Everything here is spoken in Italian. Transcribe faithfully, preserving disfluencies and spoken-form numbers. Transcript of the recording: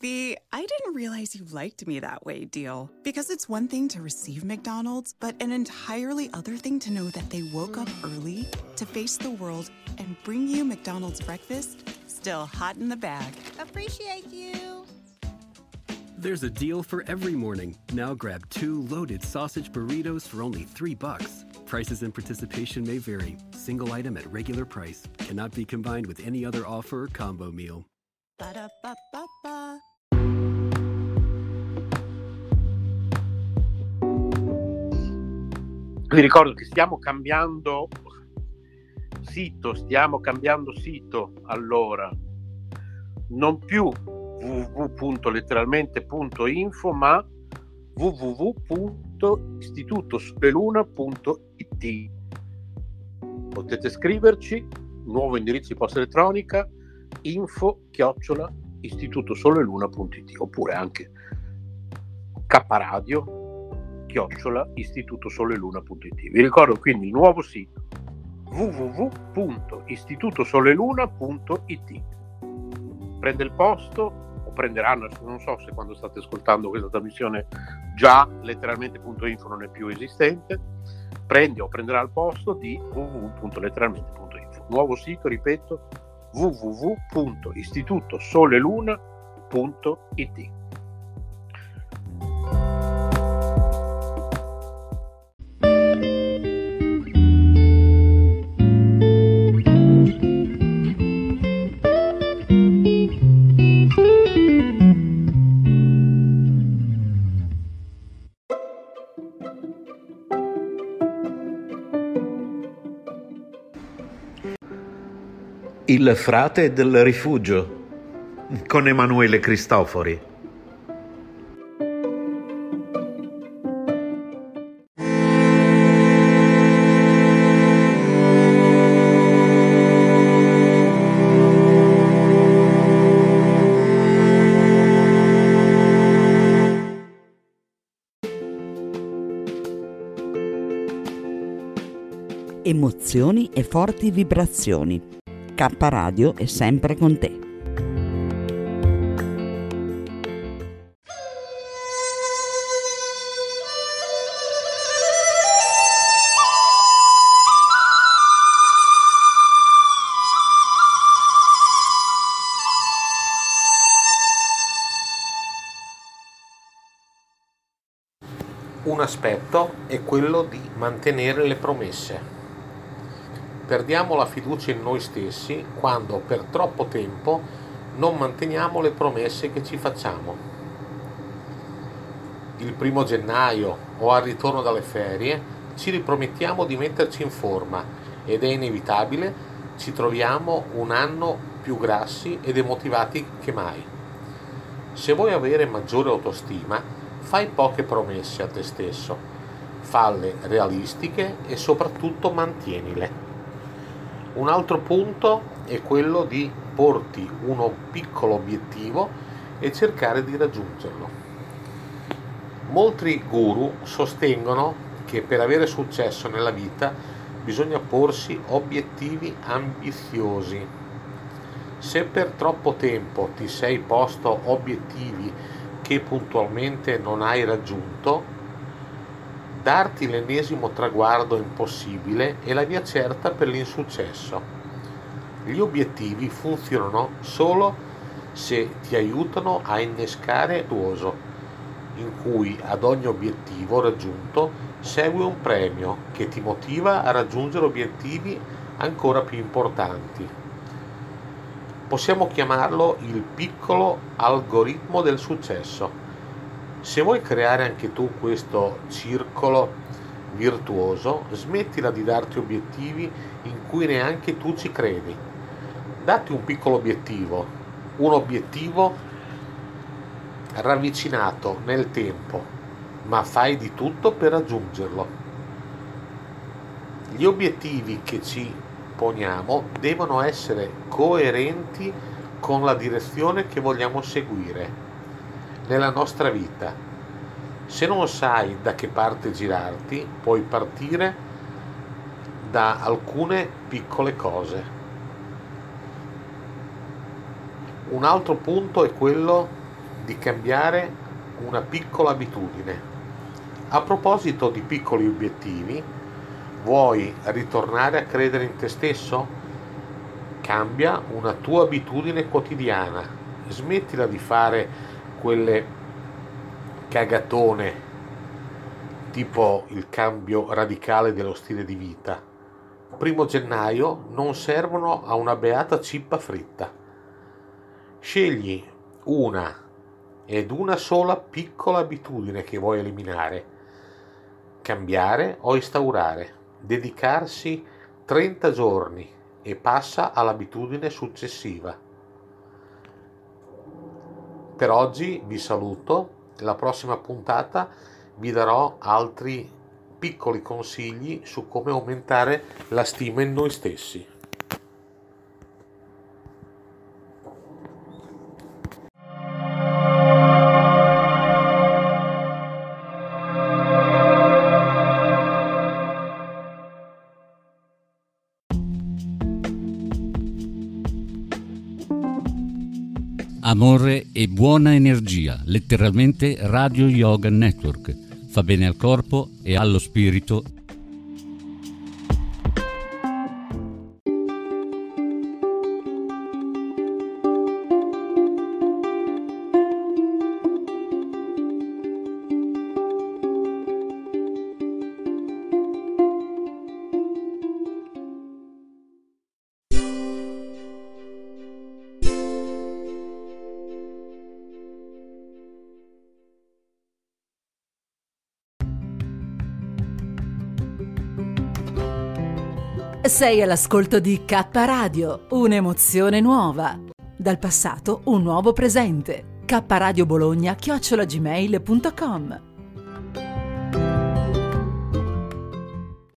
the I didn't realize you liked me that way deal. Because it's one thing to receive McDonald's, but an entirely other thing to know that they woke up early to face the world and bring you McDonald's breakfast still hot in the bag. Appreciate you. There's a deal for every morning. Now grab two loaded sausage burritos for only three bucks. Prices and participation may vary. Single item at regular price. Cannot be combined with any other offer or combo meal. Ba-da-ba-ba-ba. Vi ricordo che stiamo cambiando sito, stiamo cambiando sito, allora non più w w w punto letteralmente punto info ma w w w punto istituto sole luna punto i t. Potete scriverci, nuovo indirizzo di posta elettronica info chiocciola istituto sole luna punto i t, oppure anche kradio chiocciola istituto sole luna punto i t. Vi ricordo quindi il nuovo sito w w w punto istituto sole luna punto i t. Prende il posto, o prenderanno, non so se quando state ascoltando questa trasmissione già letteralmente punto info non è più esistente, prende o prenderà il posto di w w w punto letteralmente punto info. Nuovo sito, ripeto, w w w punto istituto sole luna punto i t. Il frate del rifugio con Emanuele Cristofori. Emozioni e forti vibrazioni. K Radio è sempre con te. Un aspetto è quello di mantenere le promesse. Perdiamo la fiducia in noi stessi quando per troppo tempo non manteniamo le promesse che ci facciamo. Il primo gennaio o al ritorno dalle ferie ci ripromettiamo di metterci in forma ed è inevitabile, ci troviamo un anno più grassi e demotivati che mai. Se vuoi avere maggiore autostima, fai poche promesse a te stesso, falle realistiche e soprattutto mantienile. Un altro punto è quello di porti uno piccolo obiettivo e cercare di raggiungerlo. Molti guru sostengono che per avere successo nella vita bisogna porsi obiettivi ambiziosi. Se per troppo tempo ti sei posto obiettivi che puntualmente non hai raggiunto, darti l'ennesimo traguardo impossibile è la via certa per l'insuccesso. Gli obiettivi funzionano solo se ti aiutano a innescare un virtuoso, in cui ad ogni obiettivo raggiunto segue un premio che ti motiva a raggiungere obiettivi ancora più importanti. Possiamo chiamarlo il piccolo algoritmo del successo. Se vuoi creare anche tu questo circolo virtuoso, smettila di darti obiettivi in cui neanche tu ci credi. Datti un piccolo obiettivo, un obiettivo ravvicinato nel tempo, ma fai di tutto per raggiungerlo. Gli obiettivi che ci poniamo devono essere coerenti con la direzione che vogliamo seguire nella nostra vita. Se non sai da che parte girarti, puoi partire da alcune piccole cose. Un altro punto è quello di cambiare una piccola abitudine. A proposito di piccoli obiettivi, vuoi ritornare a credere in te stesso? Cambia una tua abitudine quotidiana, smettila di fare quelle cagatone tipo il cambio radicale dello stile di vita. Primo gennaio non servono a una beata cippa fritta. Scegli una ed una sola piccola abitudine che vuoi eliminare, cambiare o instaurare, dedicarsi trenta giorni e passa all'abitudine successiva. Per oggi vi saluto, la prossima puntata vi darò altri piccoli consigli su come aumentare la stima in noi stessi. Amore e buona energia, letteralmente Radio Yoga Network. Fa bene al corpo e allo spirito. Sei all'ascolto di K Radio, un'emozione nuova. Dal passato un nuovo presente. K Radio Bologna chiocciola gmail punto com